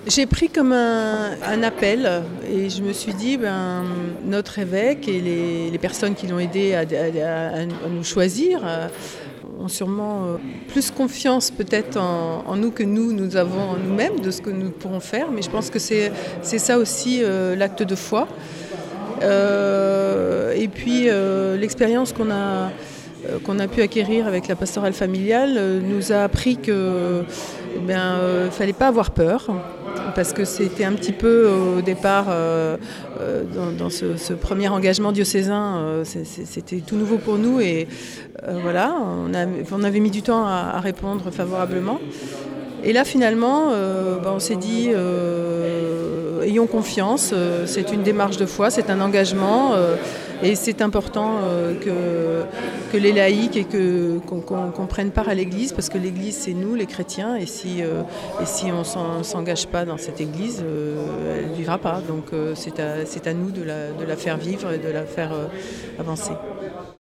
J'ai pris comme un appel et je me suis dit, notre évêque et les personnes qui l'ont aidé à nous choisir ont sûrement plus confiance peut-être en nous que nous avons en nous-mêmes, de ce que nous pourrons faire. Mais je pense que c'est ça aussi l'acte de foi. Et puis l'expérience qu'on a pu acquérir avec la pastorale familiale nous a appris que fallait pas avoir peur, parce que c'était un petit peu au départ dans ce premier engagement diocésain, c'était tout nouveau pour nous et voilà, on avait mis du temps à répondre favorablement. Et là finalement, on s'est dit ayons confiance, c'est une démarche de foi, c'est un engagement et c'est important que les laïcs et qu'on prenne part à l'Église, parce que l'Église c'est nous les chrétiens et si on ne s'engage pas dans cette Église, elle ne vivra pas. Donc c'est à nous de la faire vivre et de la faire avancer.